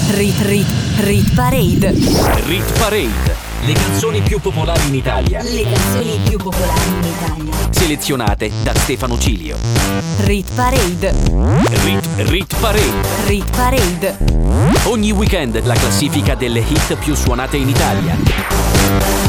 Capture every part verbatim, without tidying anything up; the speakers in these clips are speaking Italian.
Rit Rit Rit Parade. Rit Parade. Le canzoni più popolari in Italia. Le canzoni più popolari in Italia. Selezionate da Stefano Cilio. Rit Parade. Rit Rit Parade. Rit Parade. Ogni weekend la classifica delle hit più suonate in Italia.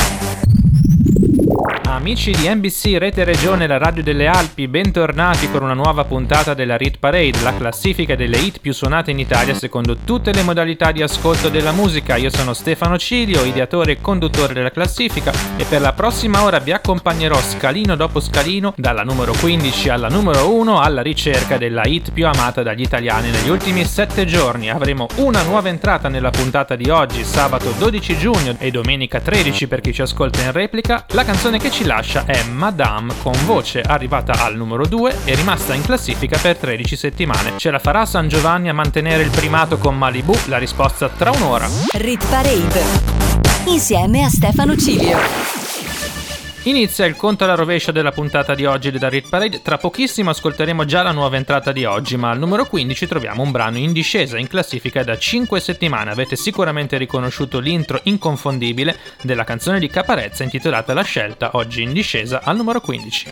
Amici di N B C Rete Regione, la radio delle Alpi, bentornati con una nuova puntata della Rit Parade, la classifica delle hit più suonate in Italia secondo tutte le modalità di ascolto della musica. Io sono Stefano Cilio, ideatore e conduttore della classifica, e per la prossima ora vi accompagnerò scalino dopo scalino, dalla numero quindici alla numero uno, alla ricerca della hit più amata dagli italiani negli ultimi sette giorni. Avremo una nuova entrata nella puntata di oggi, sabato dodici giugno, e domenica tredici per chi ci ascolta in replica. La canzone che ci lascia è Madame con Voce, arrivata al numero due e rimasta in classifica per tredici settimane. Ce la farà San Giovanni a mantenere il primato con Malibu? La risposta tra un'ora. Rit Parade insieme a Stefano Cilio. Inizia il conto alla rovescia della puntata di oggi della Rit Parade. Tra pochissimo ascolteremo già la nuova entrata di oggi, ma al numero quindici troviamo un brano in discesa in classifica da cinque settimane. Avete sicuramente riconosciuto l'intro inconfondibile della canzone di Caparezza intitolata La Scelta, oggi in discesa al numero quindici.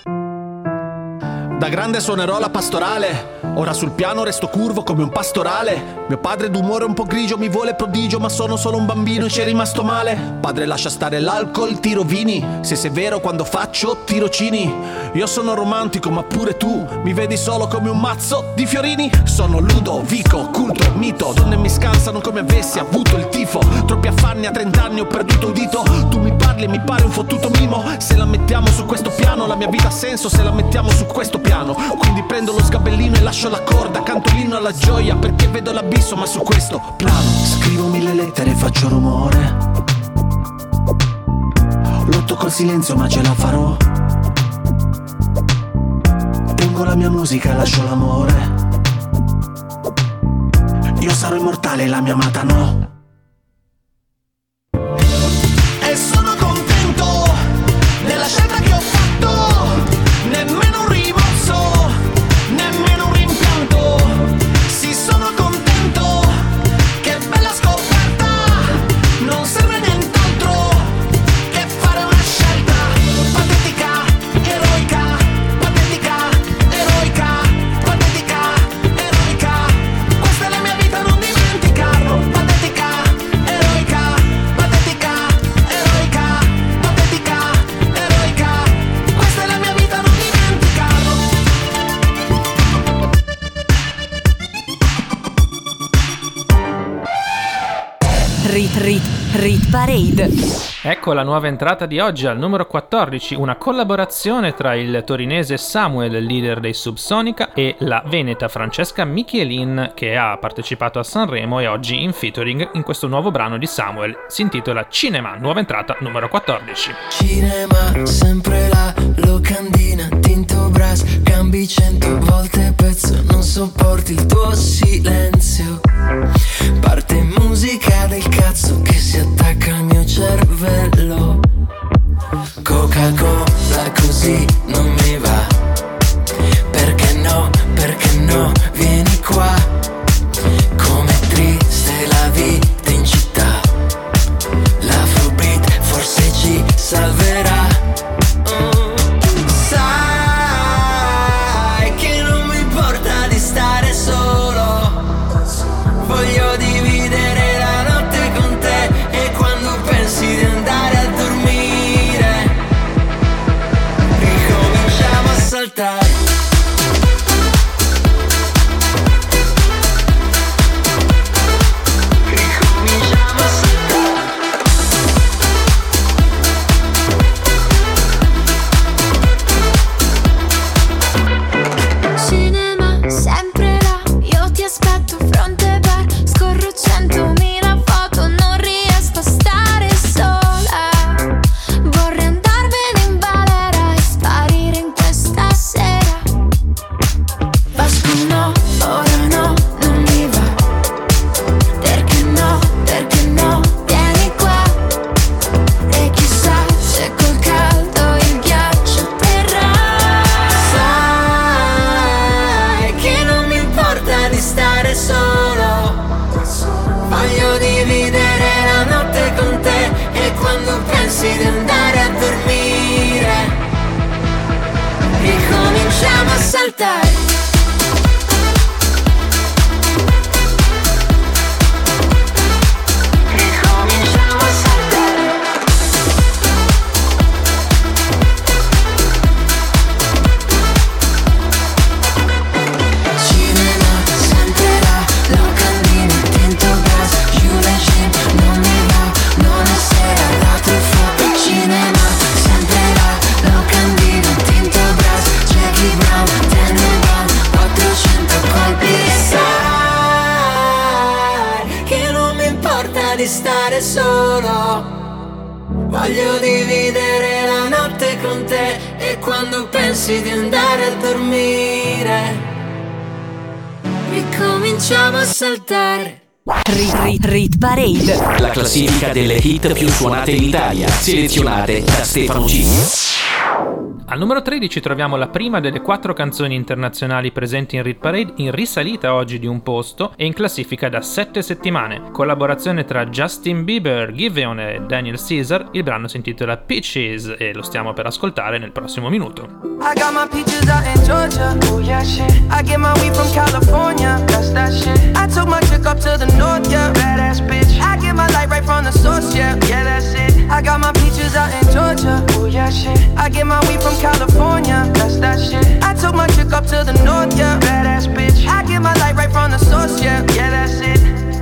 Da grande suonerò la pastorale, ora sul piano resto curvo come un pastorale. Mio padre d'umore un po' grigio mi vuole prodigio, ma sono solo un bambino e ci è rimasto male. Padre lascia stare l'alcol, tiro vini, se sei vero quando faccio tirocini. Io sono romantico ma pure tu mi vedi solo come un mazzo di fiorini. Sono Ludovico, culto, mito, donne mi scansano come avessi avuto il tifo. Troppi affanni, a trent'anni ho perduto un dito. Tu mi parli e mi pare un fottuto mimo. Se la mettiamo su questo piano la mia vita ha senso, se la mettiamo su questo piano. Quindi prendo lo sgabellino e lascio la corda, canto l'inno alla gioia perché vedo l'abisso, ma su questo plano scrivo mille lettere e faccio rumore. Lotto col silenzio ma ce la farò. Tengo la mia musica e lascio l'amore. Io sarò immortale e la mia amata no. E sono contento della scelta che ho fatto. Nemmeno un rimorso, nemmeno un rimpianto. Sì, sono contento, che bella scoperta. Non serve nient'altro che fare una scelta. Patetica, eroica, patetica, eroica, patetica, eroica. Questa è la mia vita, non dimenticarlo. Patetica, eroica, patetica, eroica, patetica, eroica. Questa è la mia vita, non dimenticarlo. Rit Rit Rit Parade. Ecco la nuova entrata di oggi al numero quattordici, una collaborazione tra il torinese Samuel, leader dei Subsonica, e la veneta Francesca Michelin, che ha partecipato a Sanremo e oggi in featuring in questo nuovo brano di Samuel. Si intitola Cinema, nuova entrata numero quattordici. Cinema, sempre la locandina, tinto brass, cambi cento volte pezzo, non sopporti il tuo silenzio. Parte musica del cazzo che si attacca al mio cervello. Coca-Cola così non mi va. Perché no, perché no, vieni qua. Com'è triste la vita in città. L'Afrobeat forse ci salverà. Mm. Sai che non mi importa di stare solo. di stare solo. Voglio dividere la notte con te e quando pensi di andare a dormire ricominciamo a saltare. Rit, rit, rit Parade, la classifica delle hit più suonate in Italia, selezionate da Stefano G. Al numero tredici troviamo la prima delle quattro canzoni internazionali presenti in Rit Parade, in risalita oggi di un posto e in classifica da sette settimane. Collaborazione tra Justin Bieber, Giveon e Daniel Caesar. Il brano si intitola Peaches e lo stiamo per ascoltare nel prossimo minuto. I got my peaches out in Georgia, oh yeah shit. I get my weed from California, that's that shit. I took my chick up to the north, yeah, badass bitch. I get my light right from the source, yeah, yeah that's it. I got my peaches out in Georgia, oh yeah shit. I get my weed from California, that's that shit. I took my chick up to the north, yeah, badass bitch. I get my light right from the source, yeah, yeah that's it.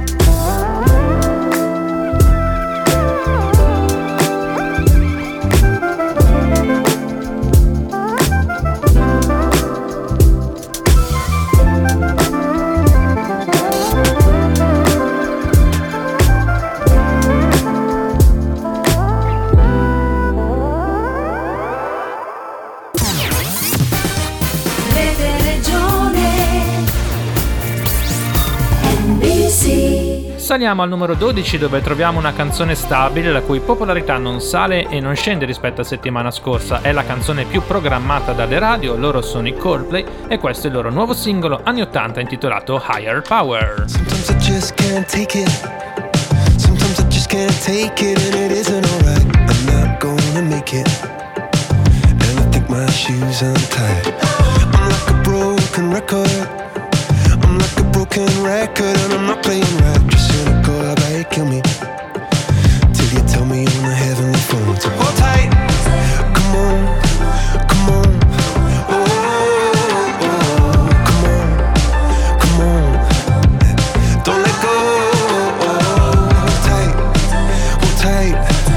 Saliamo al numero dodici dove troviamo una canzone stabile la cui popolarità non sale e non scende rispetto a settimana scorsa. È la canzone più programmata dalle radio, loro sono i Coldplay e questo è il loro nuovo singolo anni ottanta intitolato Higher Power. Sometimes I just can't take it. Sometimes I just can't take it and it isn't alright. I'm not gonna make it. And I think my shoes untied. I'm like a broken record. I'm like a broken record and I'm not playing right. Just cynical, how about you kill me till you tell me on the heavenly phone to hold tight. Come on, come on. Oh, oh, oh, come on, come on. Don't let go. Oh, hold tight, hold tight.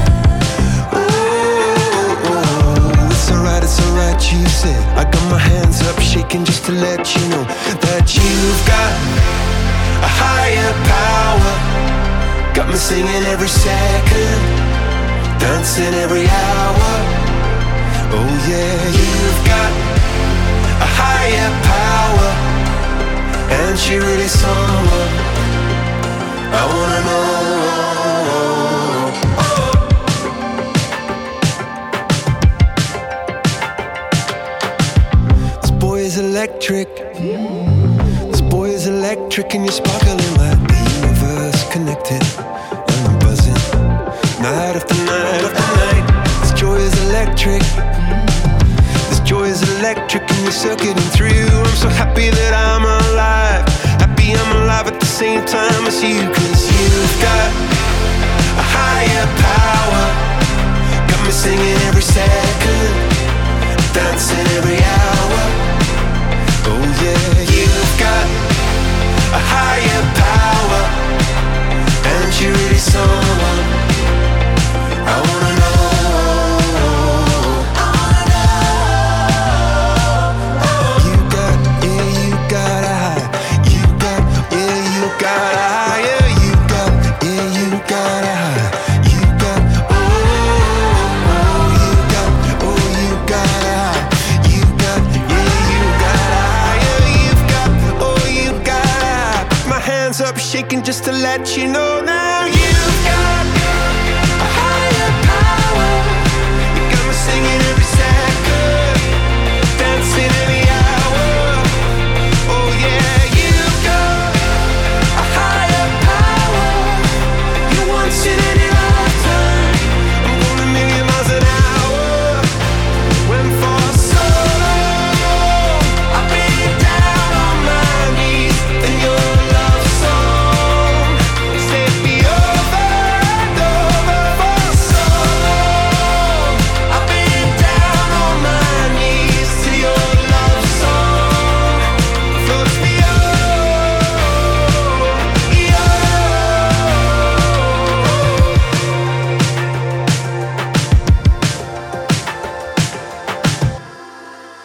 Oh, oh, it's alright, it's alright, you said. I got my hands up shaking just to let you know that you've got a higher power. Got me singing every second, dancing every hour. Oh yeah, you've got a higher power, and she really someone I wanna know. Oh. This boy is electric. This boy is electric and you're sparkling like the universe connected. And I'm buzzing night after night after night. This joy is electric. This joy is electric and you're circuiting through. I'm so happy that I'm alive. Happy I'm alive at the same time as you. Cause you've got a higher power. Got me singing every second, dancing every hour. Oh yeah, you've got a higher power, and you're really someone I wanna know. I wanna know. You got, yeah, you got a high. You got, yeah, you got a higher. You got, yeah, you got a high. You got, oh, oh, you got, oh, you got a high. You got, yeah, you got a up shaking just to let you know now you've got a higher power. You got me singing every second, dancing every hour. Oh yeah, you've got a higher power. You once in any lifetime. I'm going a million miles an hour. When for so long I've been down on my knees and you're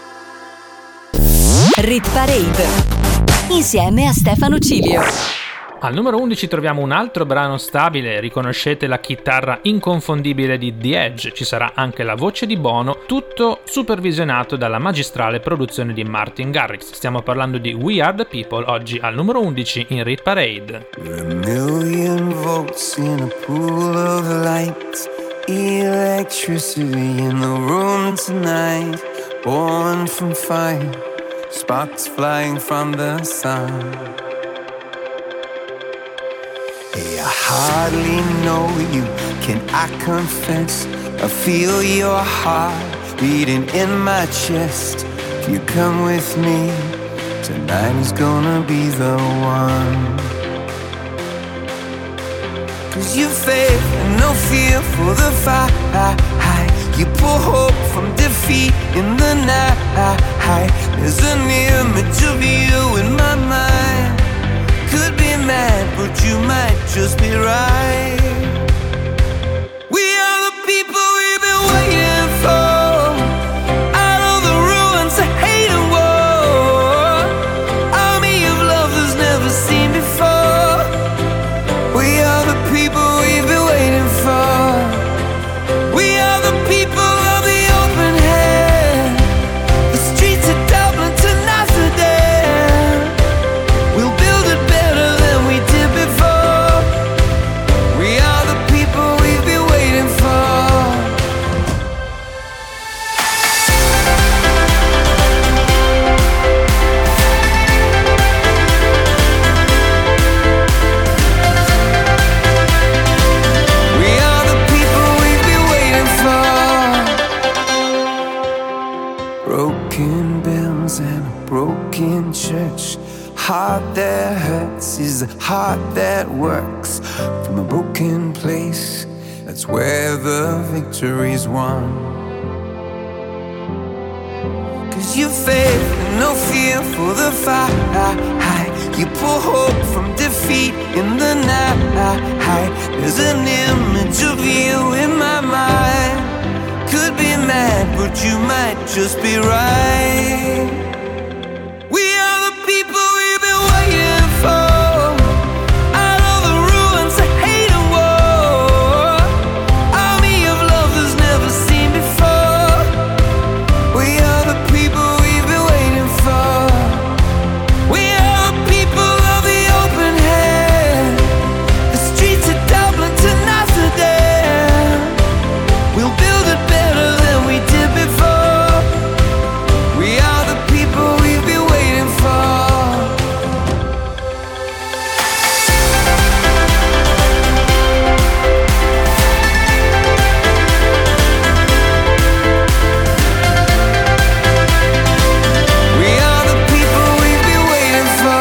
Rit Parade insieme a Stefano Cilio. Al numero undici troviamo un altro brano stabile, riconoscete la chitarra inconfondibile di The Edge, ci sarà anche la voce di Bono, tutto supervisionato dalla magistrale produzione di Martin Garrix. Stiamo parlando di We Are The People, oggi al numero undici in Rit Parade. We're a million volts in a pool of light, electricity in the room tonight, born from fire, sparks flying from the sun. Hey, I hardly know you, can I confess? I feel your heart beating in my chest. If you come with me, tonight is gonna be the one. Cause you faith and no fear for the fight. You pull hope from defeat in the night. There's an image of you in my mind. Could be mad, but you might just be right. We are the people we've been waiting for, out of the ruins of hate and war, army of love that's never seen before. We are the people we've been waiting for. We are the people of the open hand, the streets of Dublin to Amsterdam. We'll build it better than we did before. We are the people we've been waiting for. We are the people we've been waiting for. Broken bells and a broken church. Heart that hurts is a heart that works. From a broken place, that's where the victory's won. Cause you faith and no fear for the fight. You pull hope from defeat in the night. There's an image of you in my mind. Could be mad, but you might just be right. We are the people we've been waiting for, out of the ruins of hate and war, army of love that's never seen before. We are the people we've been waiting for. We are the people of the open hand, the streets of Dublin to Amsterdam. We'll build it better than we did before. We are the people we've been waiting for. We are the people we've been waiting for.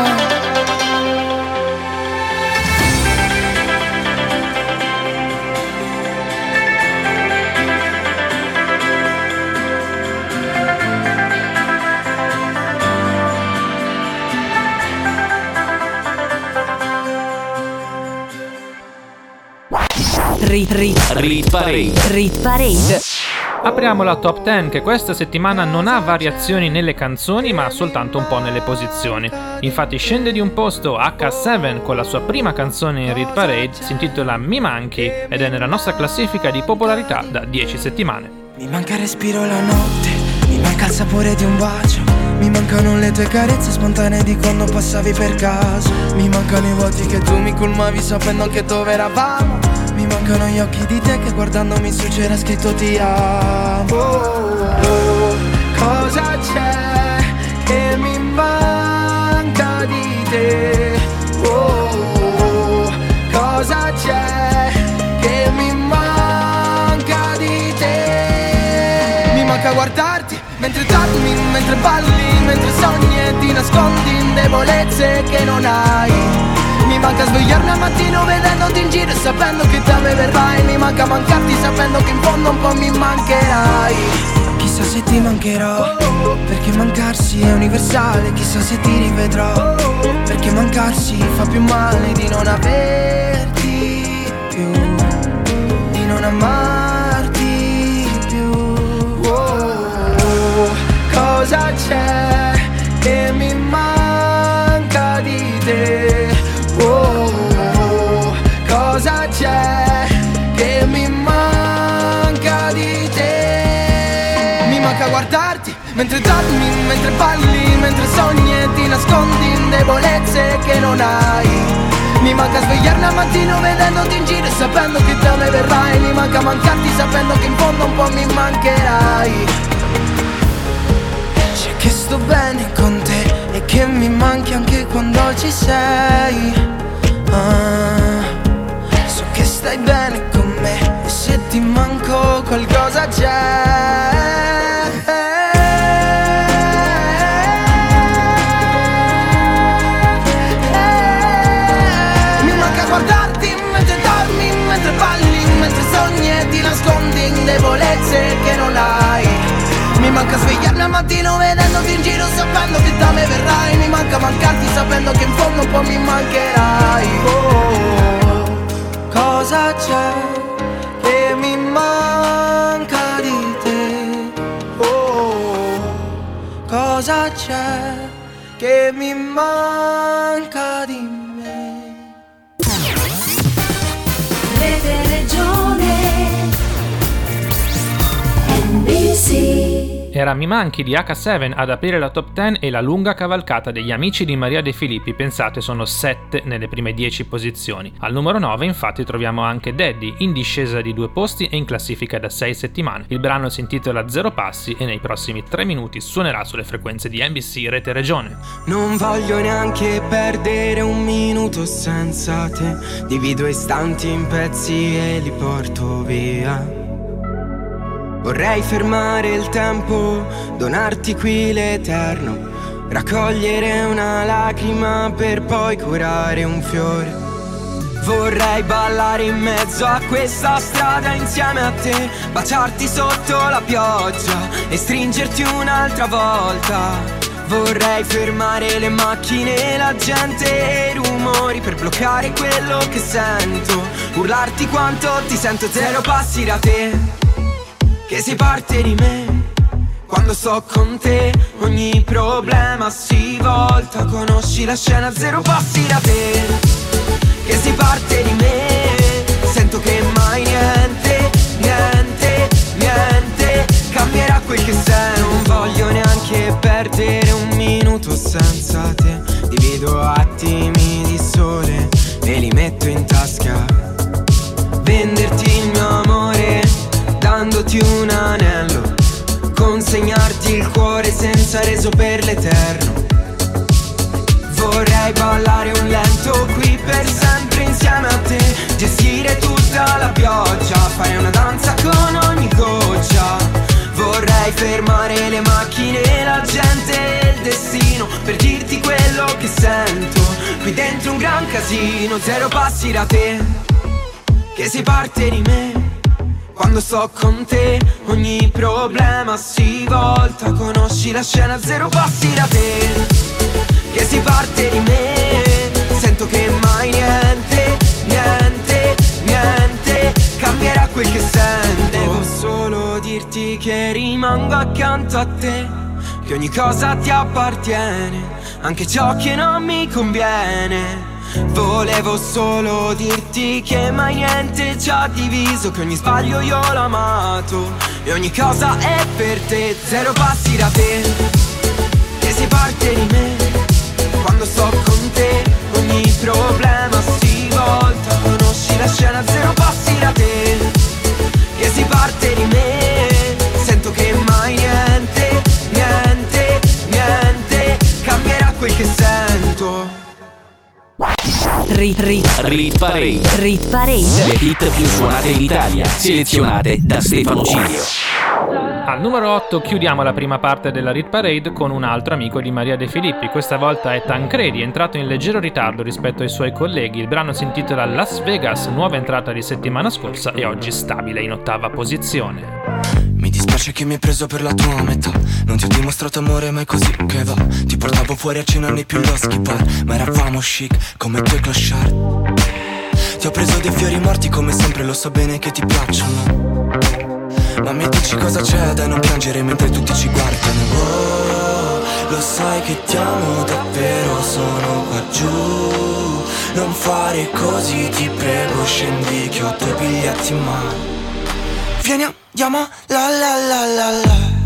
Rit Rit Rit Parade. Rit Parade. Apriamo la top dieci che questa settimana non ha variazioni nelle canzoni ma soltanto un po' nelle posizioni. Infatti scende di un posto acca sette con la sua prima canzone in Rit Parade, si intitola Mi Manchi ed è nella nostra classifica di popolarità da dieci settimane. Mi manca il respiro la notte, mi manca il sapore di un bacio, mi mancano le tue carezze spontanee di quando passavi per caso, mi mancano i vuoti che tu mi colmavi sapendo anche dove eravamo, mi mancano gli occhi di te che guardandomi su c'era scritto ti amo. Oh, oh, cosa c'è che mi manca di te? Oh, oh, cosa c'è che mi manca di te? Mi manca guardarti mentre dormi, mentre balli, mentre sogni e ti nascondi in debolezze che non hai. Mi manca svegliarmi al mattino vedendoti in giro e sapendo che da me verrai. Mi manca mancarti sapendo che in fondo un po' mi mancherai. Chissà se ti mancherò, perché mancarsi è universale. Chissà se ti rivedrò, perché mancarsi fa più male di non averti più, di non amarti più. Oh, cosa c'è che mi manca di te? Oh, mentre dormi, mentre parli, mentre sogni e ti nascondi in debolezze che non hai. Mi manca svegliarmi al mattino vedendoti in giro e sapendo che da me verrai. Mi manca mancarti sapendo che in fondo un po' mi mancherai. C'è che sto bene con te e che mi manchi anche quando ci sei. ah, So che stai bene con me e se ti manco qualcosa c'è. Guardarti mentre dormi, mentre parli, mentre sogni e ti nascondi in debolezze che non hai. Mi manca svegliarmi al mattino vedendoti in giro sapendo che da me verrai. Mi manca mancarti sapendo che in fondo un po' mi mancherai. Oh, cosa c'è che mi manca di te? Oh, cosa c'è che mi manca di me? Rete Regione N B C. Era Mi manchi di acca sette ad aprire la top dieci e la lunga cavalcata degli amici di Maria De Filippi, pensate sono sette nelle prime dieci posizioni. Al numero nove infatti troviamo anche Daddy, in discesa di due posti e in classifica da sei settimane. Il brano si intitola Zero Passi e nei prossimi tre minuti suonerà sulle frequenze di N B C Rete Regione. Non voglio neanche perdere un minuto senza te. Divido istanti in pezzi e li porto via. Vorrei fermare il tempo, donarti qui l'eterno, raccogliere una lacrima per poi curare un fiore. Vorrei ballare in mezzo a questa strada insieme a te, baciarti sotto la pioggia e stringerti un'altra volta. Vorrei fermare le macchine, la gente e i rumori per bloccare quello che sento, urlarti quanto ti sento. Zero passi da te, che si parte di me. Quando sto con te ogni problema si volta. Conosci la scena, zero passi da te, che si parte di me. Sento che mai niente, niente, niente cambierà quel che sei. Non voglio neanche perdere un minuto senza te. Divido attimi di sole e li metto in tasca. Venderti il mio amore dandoti un anello, consegnarti il cuore senza reso per l'eterno. Vorrei ballare un lento qui per sempre insieme a te, gestire tutta la pioggia, fare una danza con ogni goccia. Vorrei fermare le macchine, la gente e il destino per dirti quello che sento. Qui dentro un gran casino, zero passi da te, che si parte di me. Quando sto con te ogni problema si volta. Conosci la scena, zero passi da te, che si parte di me. Sento che mai niente, niente, niente cambierà quel che sento. Devo solo dirti che rimango accanto a te, che ogni cosa ti appartiene, anche ciò che non mi conviene. Volevo solo dirti che mai niente ci ha diviso, che ogni sbaglio io l'ho amato e ogni cosa è per te. Zero passi da te, che si parte di me. Quando sto con te ogni problema si volta. Conosci la scena, zero passi da te, che si parte di me. Sento che mai niente, niente, niente cambierà quel che sento. Rit, rit, Rit Parade. Rit Parade. Le hit più suonate in Italia, selezionate da Stefano Cilio. Al numero otto chiudiamo la prima parte della Rit Parade con un altro amico di Maria De Filippi. Questa volta è Tancredi, entrato in leggero ritardo rispetto ai suoi colleghi. Il brano si intitola Las Vegas, nuova entrata di settimana scorsa e oggi stabile in ottava posizione. Mi dispiace che mi hai preso per la tua metà. Non ti ho dimostrato amore ma è così che va. Ti portavo fuori a cena nei più loschi bar, ma eravamo chic come due clochard. Ti ho preso dei fiori morti come sempre, lo so bene che ti piacciono. Ma mi dici cosa c'è da non piangere mentre tutti ci guardano. Oh, lo sai che ti amo davvero, sono qua giù. Non fare così ti prego, scendi che ho due biglietti in mano. Vieni, andiamo la la la la la.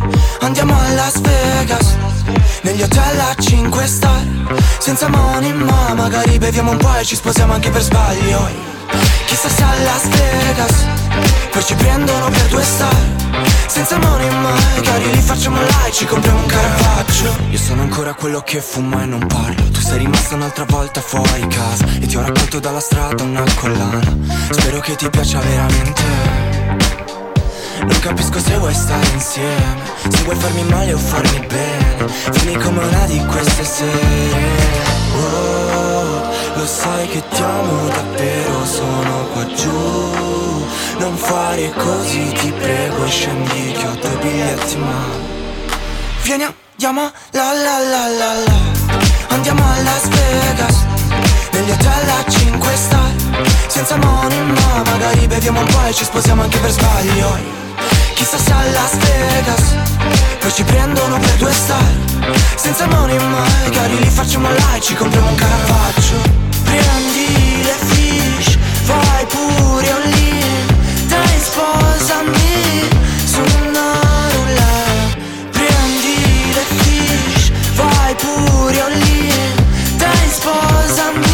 Andiamo a Las Vegas, negli hotel a cinque star, senza money ma magari beviamo un po' e ci sposiamo anche per sbaglio. Chissà se a Las Vegas poi ci prendono per due star, senza money ma magari li facciamo là e ci compriamo un Caravaggio. Io sono ancora quello che fuma e non parlo, tu sei rimasta un'altra volta fuori casa e ti ho raccolto dalla strada una collana. Spero che ti piaccia veramente. Non capisco se vuoi stare insieme, se vuoi farmi male o farmi bene. Vieni come una di queste sere. Oh, lo sai che ti amo davvero, sono qua giù. Non fare così ti prego e scendi che ho due biglietti ma vieni andiamo la la la la la. Andiamo a Las Vegas, negli hotel a cinque star, senza money ma magari beviamo un po' e ci sposiamo anche per sbaglio. Chissà se a Las Vegas poi ci prendono per due star, senza money magari li facciamo là e ci compriamo un Caravaggio. Prendi le fish, vai pure all in, dai sposami su una roulette. Prendi le fish, vai pure all in, dai sposami.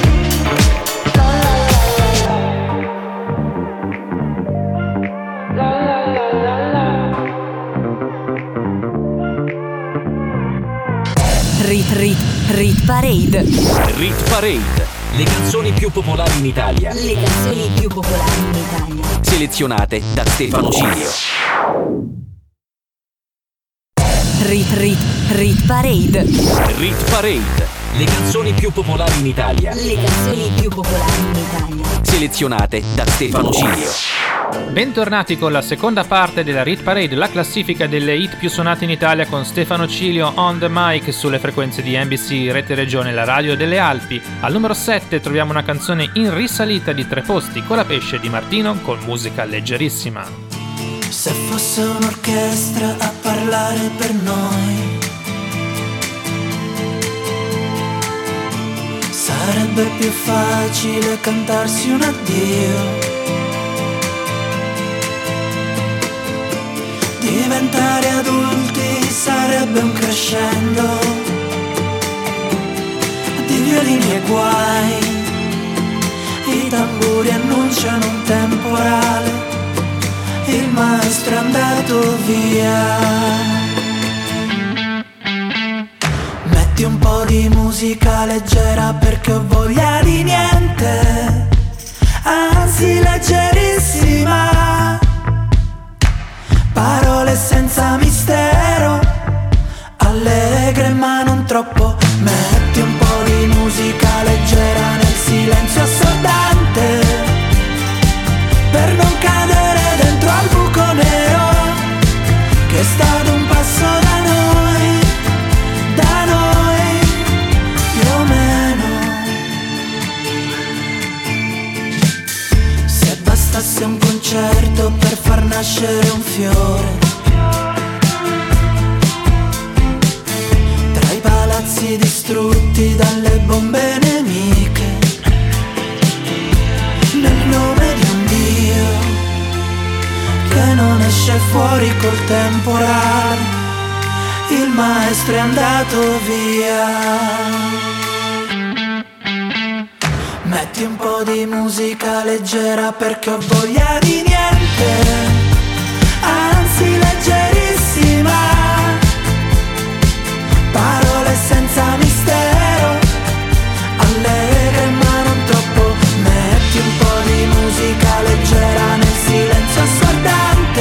Rit Rit Rit Parade. Rit Parade, le canzoni più popolari in Italia. Le canzoni più popolari in Italia. Selezionate da Stefano Cilio. Rit Rit Rit Parade. Rit Parade, le canzoni più popolari in Italia. Le canzoni più popolari in Italia. Selezionate da Stefano Cilio. Bentornati con la seconda parte della Rit Parade, la classifica delle hit più suonate in Italia con Stefano Cilio on the mic sulle frequenze di N B C, Rete Regione, la radio delle Alpi. Al numero sette troviamo una canzone in risalita di tre posti, Colapesce di Martino con musica leggerissima. Se fosse un'orchestra a parlare per noi, sarebbe più facile cantarsi un addio. Diventare adulti sarebbe un crescendo di violini e guai. I tamburi annunciano un temporale, il maestro è andato via. Metti un po' di musica leggera perché ho voglia di niente, anzi leggerissima. Parole senza mistero, allegre ma non troppo. Metti un po' di musica leggera nel silenzio assordante, per non cadere dentro al buco nero che sta ad un passo da noi, da noi più o meno. Se bastasse un concerto per far nascere un fiore, tra i palazzi distrutti dalle bombe nemiche, nel nome di un Dio che non esce fuori col temporale, il maestro è andato via. Metti un po' di musica leggera perché ho voglia di niente, anzi leggerissima. Parole senza mistero, allegre ma non troppo. Metti un po' di musica leggera nel silenzio assordante,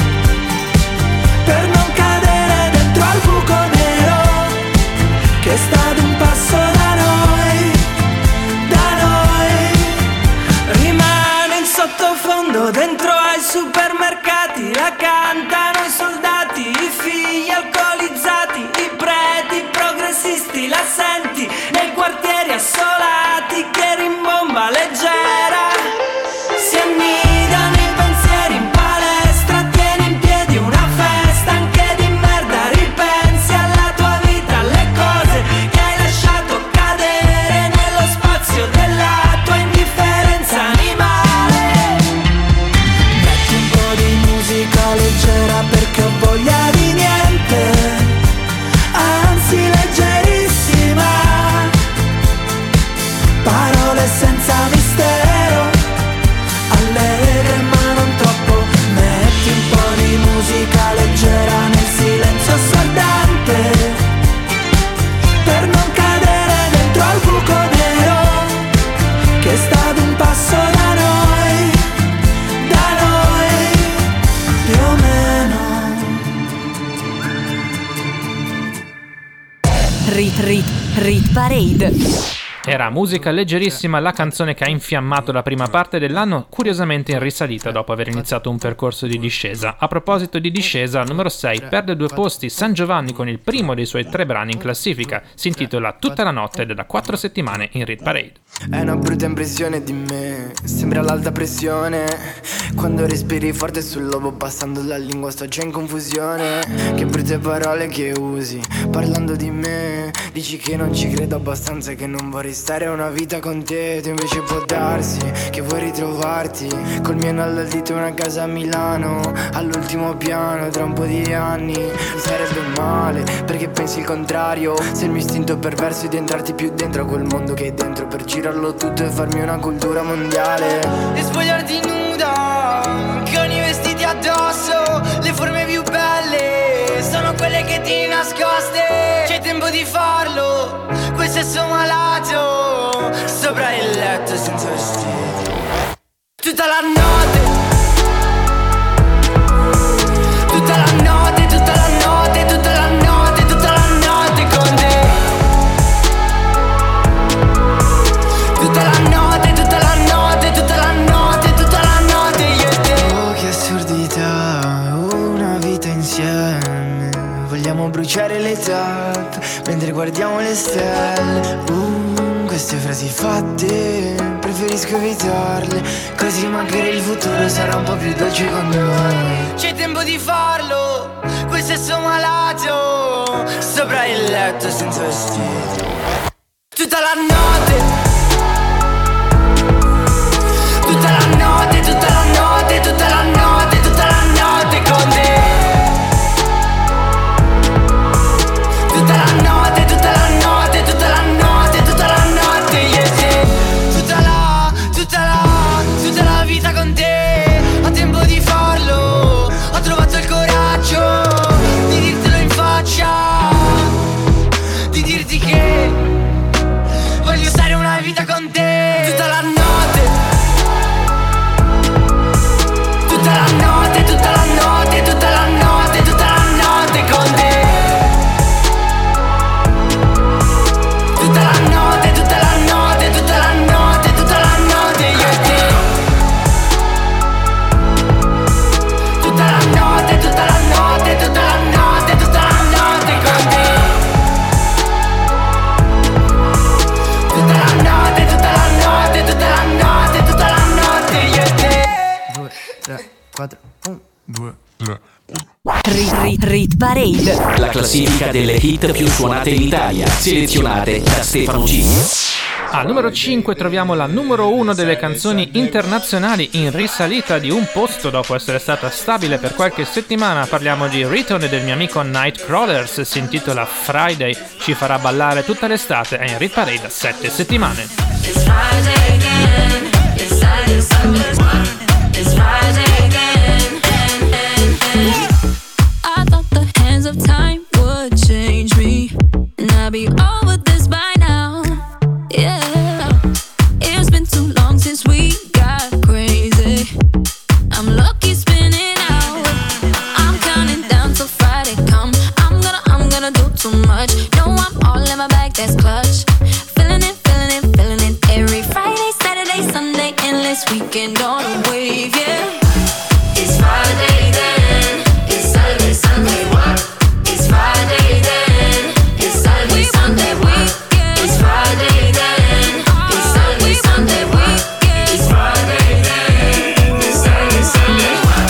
per non cadere dentro al buco nero che sta ad un passo da noi, da noi. Rimane in sottofondo dentro ai supermercati, la cantano i soldati, i figli alcolizzati, i preti progressisti, la senti nei quartieri assolati che rimbomba leggera. Si annidano i pensieri in palestra, tieni in piedi una festa anche di merda. Ripensi alla tua vita, alle cose che hai lasciato cadere nello spazio della tua indifferenza animale. Metti un po' di musica leggera perché ho voglia di Rit Parade. Era musica leggerissima, la canzone che ha infiammato la prima parte dell'anno, curiosamente in risalita dopo aver iniziato un percorso di discesa. A proposito di discesa, al numero sei perde due posti San Giovanni con il primo dei suoi tre brani in classifica. Si intitola Tutta la notte ed è da quattro settimane in Rit Parade. È una brutta impressione di me, sembra l'alta pressione. Quando respiri forte sul lobo, passando la lingua sto già in confusione. Che brutte parole che usi, parlando di me. Dici che non ci credo abbastanza e che non vorrei stare una vita con te. Tu invece può darsi che vuoi ritrovarti col mio anello al dito, una casa a Milano, all'ultimo piano. Tra un po' di anni sarebbe male, perché pensi il contrario. Se il mio istinto perverso è di entrarti più dentro a quel mondo che hai dentro, per girarlo tutto e farmi una cultura mondiale. E spogliarti nuda, con i vestiti addosso. Le forme più belle sono quelle che ti nascoste. C'è tempo di farlo, quel sesso malato, sopra il letto senza vestiti. Tutta la notte, tutta la notte, tutta la notte, tutta la notte, tutta la notte con te. Tutta la notte, tutta la notte, tutta la notte, tutta la notte io e te. Oh che assurdità, una vita insieme. Vogliamo bruciare le tappe mentre guardiamo le stelle. uh, Queste frasi fatte preferisco evitarle, così magari il futuro sarà un po' più dolce con noi. C'è tempo di farlo, quel sesso malato, sopra il letto senza vestiti. Tutta la notte, tutta la notte, tutta la notte, tutta la notte, tutta la notte con te. Tutta la notte, tutta la notte, tutta la notte, tutta la notte io e te. Tutta la, tutta la, tutta la vita con te. Ho tempo di farlo, ho trovato il coraggio di dirtelo in faccia, di dirti che voglio stare una vita con te. Tutta la notte, tutta la notte, tutta la notte, tutta la notte, tutta la notte con te. Tutta la notte, tutta la notte, tutta la notte, tutta la notte io e te. Tutta la notte, tutta la notte, tutta la notte, tutta la notte con te. Tutta la notte, tutta la notte, tutta la notte, tutta la notte io e te. Due, tre, quattro, un, due, tre. Rit, rit, rit Parade. La classifica delle hit più suonate in Italia, selezionate da Stefano G. Al numero cinque troviamo la numero uno delle canzoni internazionali in risalita di un posto dopo essere stata stabile per qualche settimana. Parliamo di Riton e del mio amico Nightcrawlers, si intitola Friday, ci farà ballare tutta l'estate, è in Rit Parade da sette settimane. It's Friday again, it's Saturday, Sunday, it's Friday again, and, and, and. I thought the hands of time would change me, and I'd be over this by now. Yeah, it's been too long since we got crazy. I'm lucky spinning out. I'm counting down till Friday come. I'm gonna, I'm gonna do too much. No, I'm all in my bag, that's clutch. Feeling it, feeling it, feeling it. Every Friday, Saturday, Sunday, endless weekend on a wave, yeah. It's Friday then, it's Saturday, Sunday, what? It's Friday then, it's Saturday, Sunday, what? It's Friday then, it's Saturday, Sunday, what? It's Friday then, it's Saturday, Sunday, what?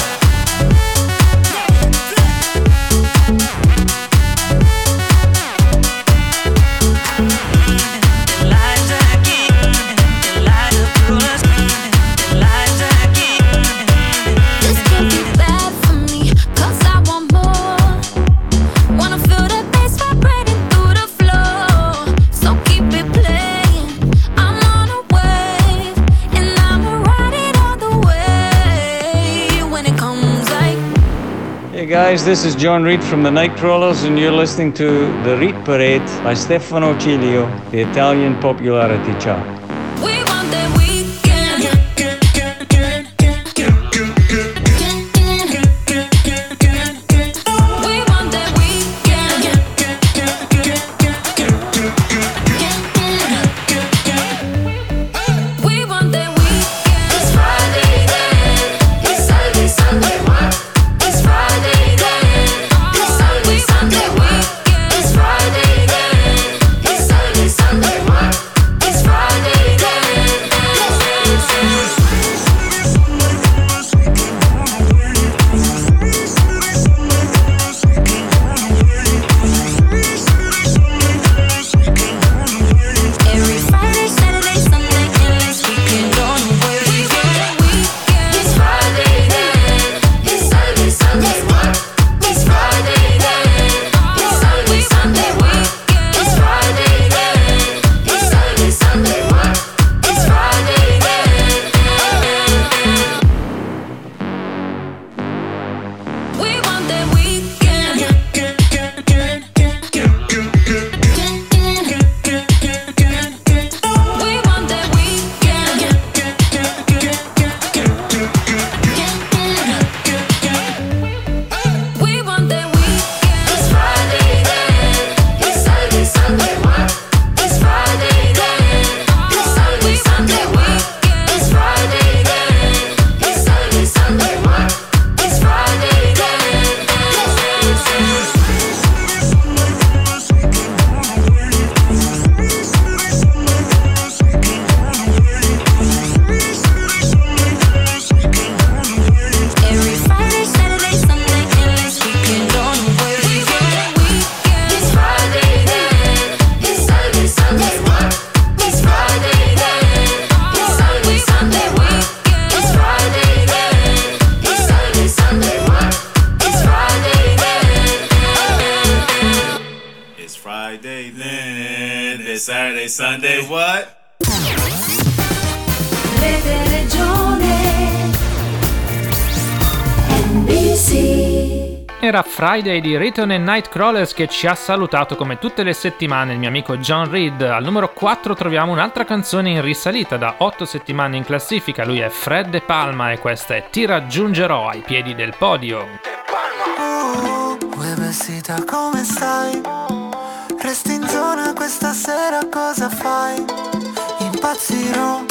This can't be bad for me, cause I want more. Wanna feel the bass vibrating through the floor. So keep it playing, I'm on a wave, and I'ma ride it all the way. When it comes like Hey guys, this is John Reid from the Nightcrawlers, and you're listening to The Rit Parade by Stefano Cilio, the Italian popularity chart. we want that weekend. We want that weekend. Saturday, Sunday, what? Rete Regione N B C. Era Friday di Return and Nightcrawlers che ci ha salutato come tutte le settimane il mio amico John Reed. Al numero quattro troviamo un'altra canzone in risalita da otto settimane in classifica. Lui è Fred De Palma e questa è Ti raggiungerò ai piedi del podio. Uh, uè vestita come stai? Resti in zona questa sera, cosa fai? Impazzirò,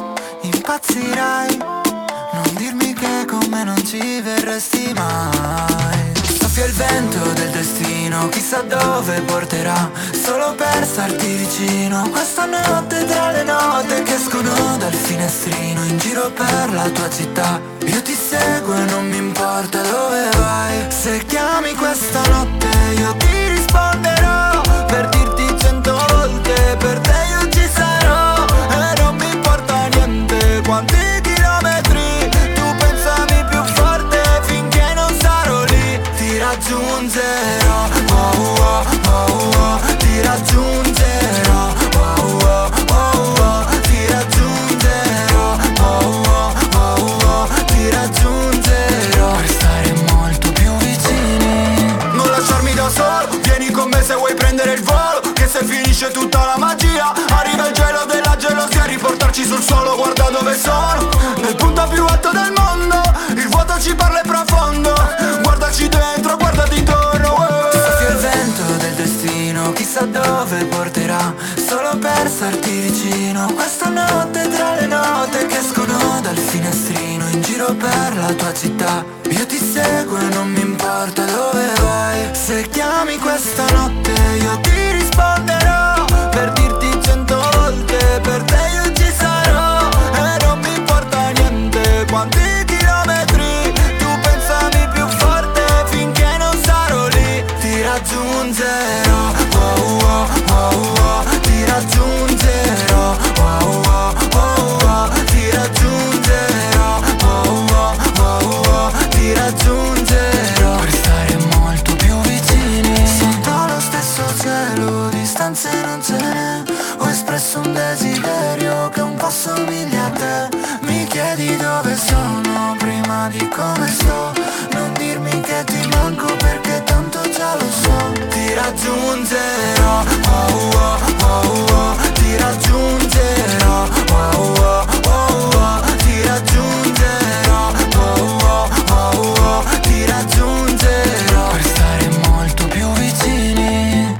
impazzirai. Non dirmi che con me non ci verresti mai. Soffia il vento del destino, chissà dove porterà, solo per starti vicino. Questa notte tra le note che escono dal finestrino, in giro per la tua città, io ti seguo e non mi importa dove vai. Se chiami questa notte io ti risponderò, per dirti cento volte per te io ci sarò. E non mi importa niente quanti chilometri, tu pensami più forte finché non sarò lì. Ti raggiungerò, oh oh oh oh, ti raggiungerò, oh oh oh oh, ti raggiungerò, oh oh oh oh, ti raggiungerò. Per stare molto più vicini, non lasciarmi da solo, vieni con me se vuoi prendere il volo, che se finisce tutta la magia arriva il gelo della gelosia, riportarci sul suolo, guarda dove sono, nel punto più alto del mondo, il vuoto ci parla e profondo, guardaci dentro, guardati intorno. Soffia il vento del destino, chissà dove porterà, solo per starti vicino. Questa notte tra le note che escono dal finestrino, in giro per la tua città, io ti seguo e non mi importa dove vai. Se chiami questa notte io ti risponderò, per dirti cento volte per te io ci sarò. E non mi importa niente quanti chilometri, tu pensami più forte finché non sarò lì. Ti raggiungerò, oh oh oh oh, ti raggiungerò, oh oh oh oh, ti raggiungerò, oh oh oh oh, ti raggiungerò. Per stare molto più vicini, sotto lo stesso cielo, distanze non ce n'è. Ho espresso un desiderio che un po' somiglia a te. Mi chiedi dove sono prima di come sto, non dirmi che ti manco perché tanto già lo so. Ti raggiungerò, oh oh oh oh, ti raggiungerò, oh oh oh oh, ti raggiungerò, oh oh oh oh, ti raggiungerò. Per stare molto più vicini.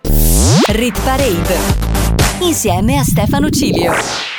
Rit Parade insieme a Stefano Cilio.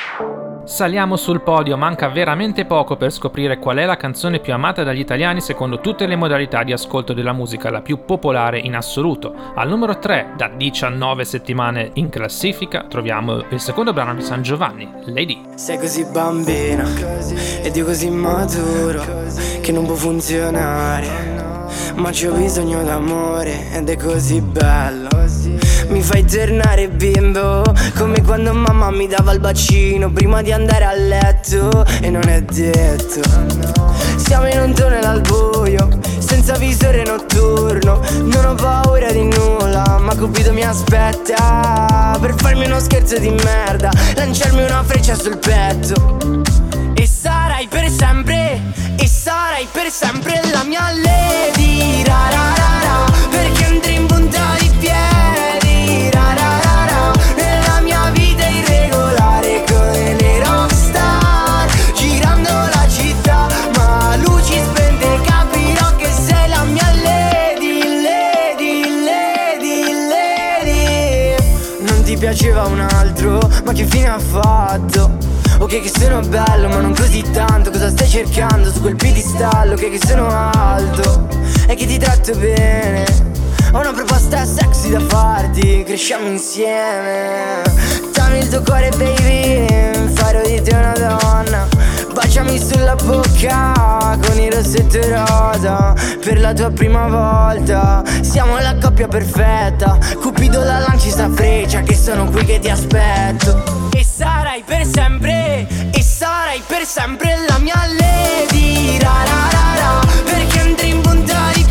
Saliamo sul podio, manca veramente poco per scoprire qual è la canzone più amata dagli italiani secondo tutte le modalità di ascolto della musica, la più popolare in assoluto. Al numero tre, da diciannove settimane in classifica, troviamo il secondo brano di San Giovanni, Lady. Sei così bambina ed io così maturo che non può funzionare, ma c'ho bisogno d'amore ed è così bello. Mi fai tornare bimbo, come quando mamma mi dava il bacino prima di andare a letto. E non è detto, siamo in un tunnel al buio, senza visore notturno. Non ho paura di nulla, ma Cupido mi aspetta per farmi uno scherzo di merda, lanciarmi una freccia sul petto. E sarai per sempre, e sarai per sempre la mia lady, ra ra ra ra, perché andrei in punta di piedi, ra ra ra ra, nella mia vita irregolare come le rockstar, girando la città, ma luci spente capirò che sei la mia lady, lady, lady, lady. Non ti piaceva un altro, ma che fine ha fatto? Ok che sono bello ma non così tanto, cosa stai cercando su quel piedistallo? Ok che sono alto e che ti tratto bene, ho una proposta sexy da farti, cresciamo insieme. Dammi il tuo cuore baby, farò di te una donna, baciami sulla bocca con il rossetto rosa, per la tua prima volta siamo la coppia perfetta. Cupido la lanci sta freccia che sono qui che ti aspetto. E sarai per sempre, e sarai per sempre la mia lady, ra ra ra ra, perché andrei in punta di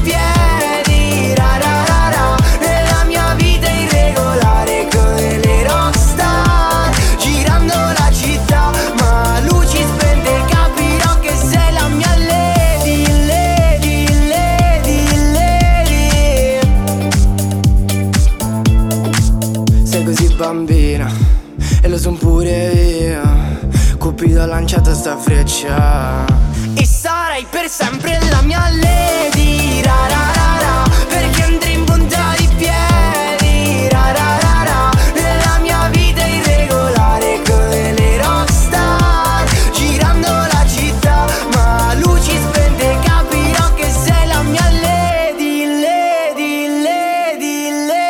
piedi, ra ra ra ra, nella mia vita irregolare come le rockstar, lanciato sta freccia. E sarai per sempre la mia lady, ra ra ra ra, perché andrei in punta di piedi, ra ra ra ra. Nella mia vita irregolare come le rockstar, girando la città, ma luci spente, capirò che sei la mia lady, lady, lady,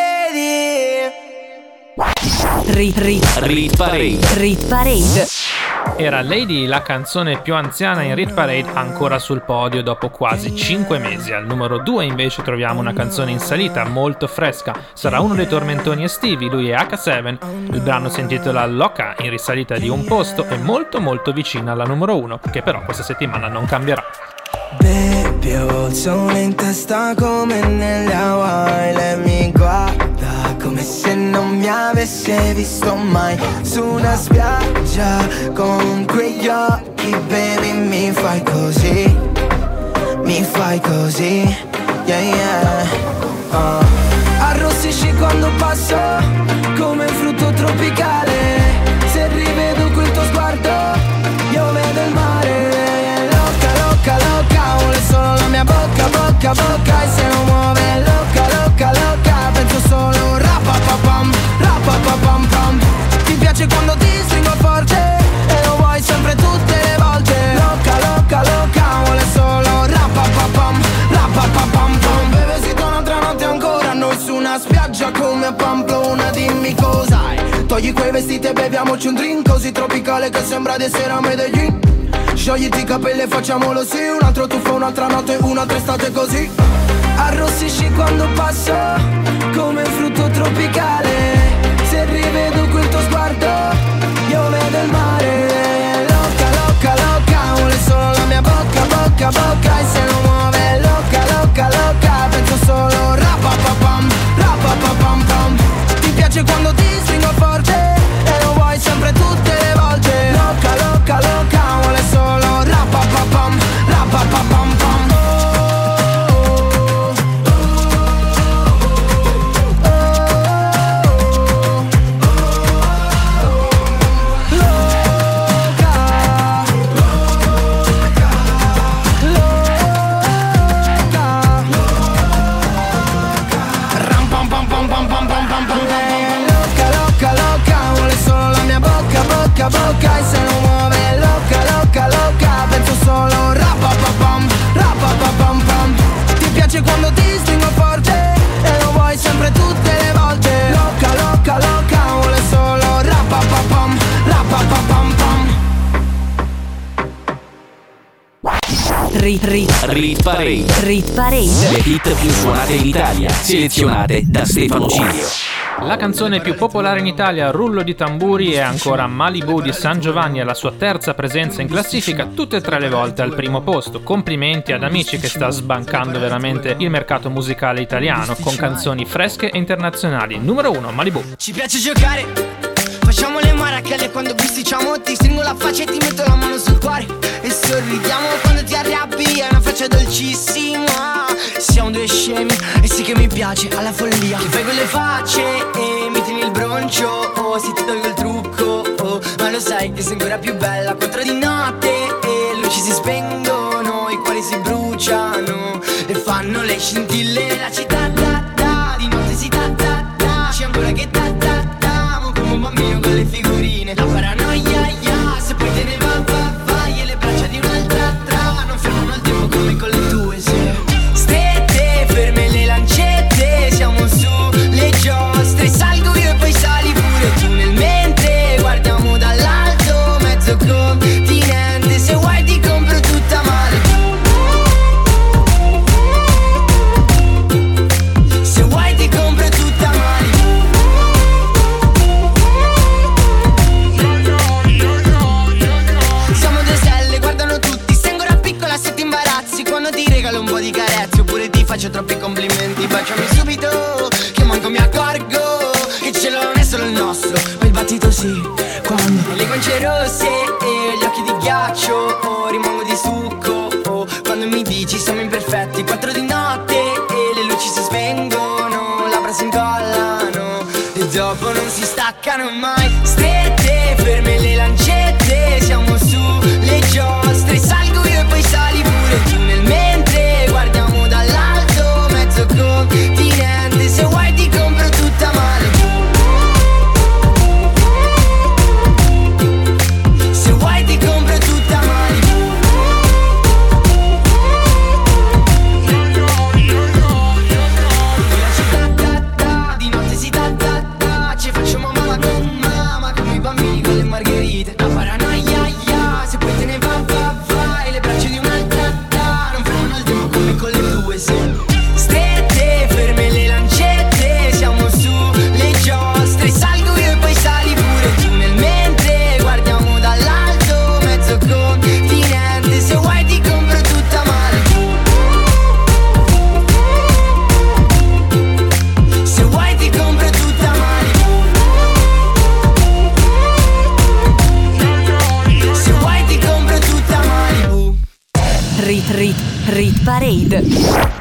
lady. Rit, rit, Rit Parade. Rit Parade. Era Lady, la canzone più anziana in Rit Parade, ancora sul podio dopo quasi cinque mesi. Al numero due invece troviamo una canzone in salita, molto fresca. Sarà uno dei tormentoni estivi, lui è acca sette. Il brano si intitola Loca, in risalita di un posto e molto molto vicina alla numero uno, che però questa settimana non cambierà. Baby, ho il sole in testa come nelle Hawaii. Lei mi guarda come se non mi avesse visto mai. Su una spiaggia con quegli occhi, baby, mi fai così, mi fai così, yeah yeah. uh. Arrossisci quando passo come frutto tropicale. Se rivedo quel tuo sguardo io vedo il mare. Loca, loca, vuole solo la mia bocca, bocca, bocca. E se non muove loca, loca, loca, penso solo rapapapam, rapapapam pam. Ti piace quando ti stringo forte e lo vuoi sempre tutte le volte. Loca, loca, loca, vuole solo rapapapam, rapapapam pam. Beve si torna un'altra notte ancora, noi su una spiaggia come a Pamplona. Dimmi cos'hai, togli quei vestiti e beviamoci un drink così tropicale che sembra di essere a Medellin. Sciogliti i capelli e facciamolo sì. Un altro tuffo, un'altra notte, un'altra estate così. Arrossisci quando passo come frutto tropicale. Se rivedo quel tuo sguardo io vedo il mare. Loca, loca, loca, vuole solo la mia bocca, bocca, bocca. E se non muove loca, loca, loca, penso solo rapapapam, rapapapam pam. Ti piace quando ti stringo forte e lo vuoi sempre tutte le volte. Loca, loca, loca, vuole solo rapapapam, rapapapam pam. Bocca, bocca, e se non muove loca, loca, loca, penso solo rapapapam, rapapapam pam. Ti piace quando ti stringo forte e lo vuoi sempre tutte le volte. Loca, loca, loca, vuole solo rapapapam, rapapapam pam. Rit, rit, Rit Parade. Rit Parade. Le hit più suonate in Italia, selezionate da Stefano Cilio. La canzone più popolare in Italia, Rullo di tamburi, è ancora Malibu di San Giovanni, alla sua terza presenza in classifica, tutte e tre le volte al primo posto. Complimenti ad Amici, che sta sbancando veramente il mercato musicale italiano con canzoni fresche e internazionali. Numero uno, Malibu. Ci piace giocare, facciamo le marachelle quando bisticciamo. Ti stringo la faccia e ti metto la mano sul cuore e sorridiamo quando ti arrabbi, è una faccia dolcissima. Siamo due scemi e sì che mi piace alla follia. Ti fai quelle facce e mi tieni il broncio, oh, se ti tolgo il trucco, oh, ma lo sai che sei ancora più bella. Quattro di notte e luci si spengono, i cuori si bruciano e fanno le scintille. La città da da, di notte si ta ta ta, c'è ancora che ta ta ta, mo come un bambino con le figurine. La paranoia, ya, se poi te ne va va va, e le braccia di un'altra tra non fermano il tempo come con le tue, se stette ferme le lancette, siamo su le giostre, salgo io e poi sali pure tu nel mentre guardiamo dall'alto mezzo continente. Se vuoi ti compro tutta male, se vuoi ti compro tutta male. Siamo due stelle, guardano tutti, sei ancora piccola se ti imbarazzi quando ti regalo un po' di carezze oppure ti faccio troppi complimenti. Baciami subito che manco mi accorgo che il cielo non è solo il nostro, ma il battito sì, quando le guance rosse e gli occhi di ghiaccio, oh, rimango di succo, oh, quando mi dici siamo imperfetti. Quattro di notte e le luci si spengono, labbra si incollano e dopo non si staccano mai. Strette ferme le lancette, siamo su Rit Parade.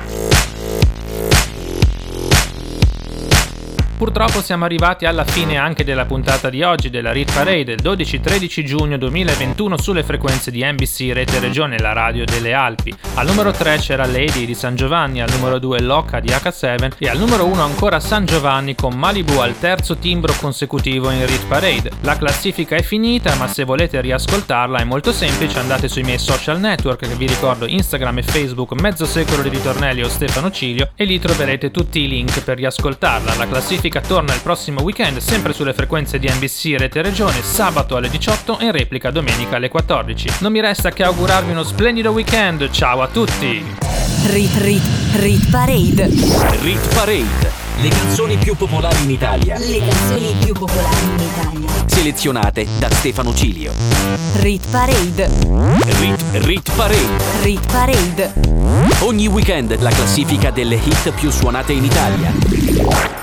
Purtroppo siamo arrivati alla fine anche della puntata di oggi della Rit Parade del dodici tredici giugno duemilaventuno sulle frequenze di N B C Rete Regione, la radio delle Alpi. Al numero tre c'era Lady di San Giovanni, al numero due Locca di acca sette e al numero uno ancora San Giovanni con Malibu al terzo timbro consecutivo in Rit Parade. La classifica è finita, ma se volete riascoltarla è molto semplice, andate sui miei social network che vi ricordo Instagram e Facebook, Mezzo Secolo di Ritornelli o Stefano Cilio, e lì troverete tutti i link per riascoltarla. La classifica torna il prossimo weekend sempre sulle frequenze di N B C Rete Regione, sabato alle diciotto e in replica domenica alle quattordici. Non mi resta che augurarvi uno splendido weekend, ciao a tutti! Rit Rit Rit Parade. Rit Parade. Le canzoni più popolari in Italia. Le canzoni più popolari in Italia. Selezionate da Stefano Cilio. Rit Parade. Rit Rit Parade. Rit Parade. Ogni weekend la classifica delle hit più suonate in Italia.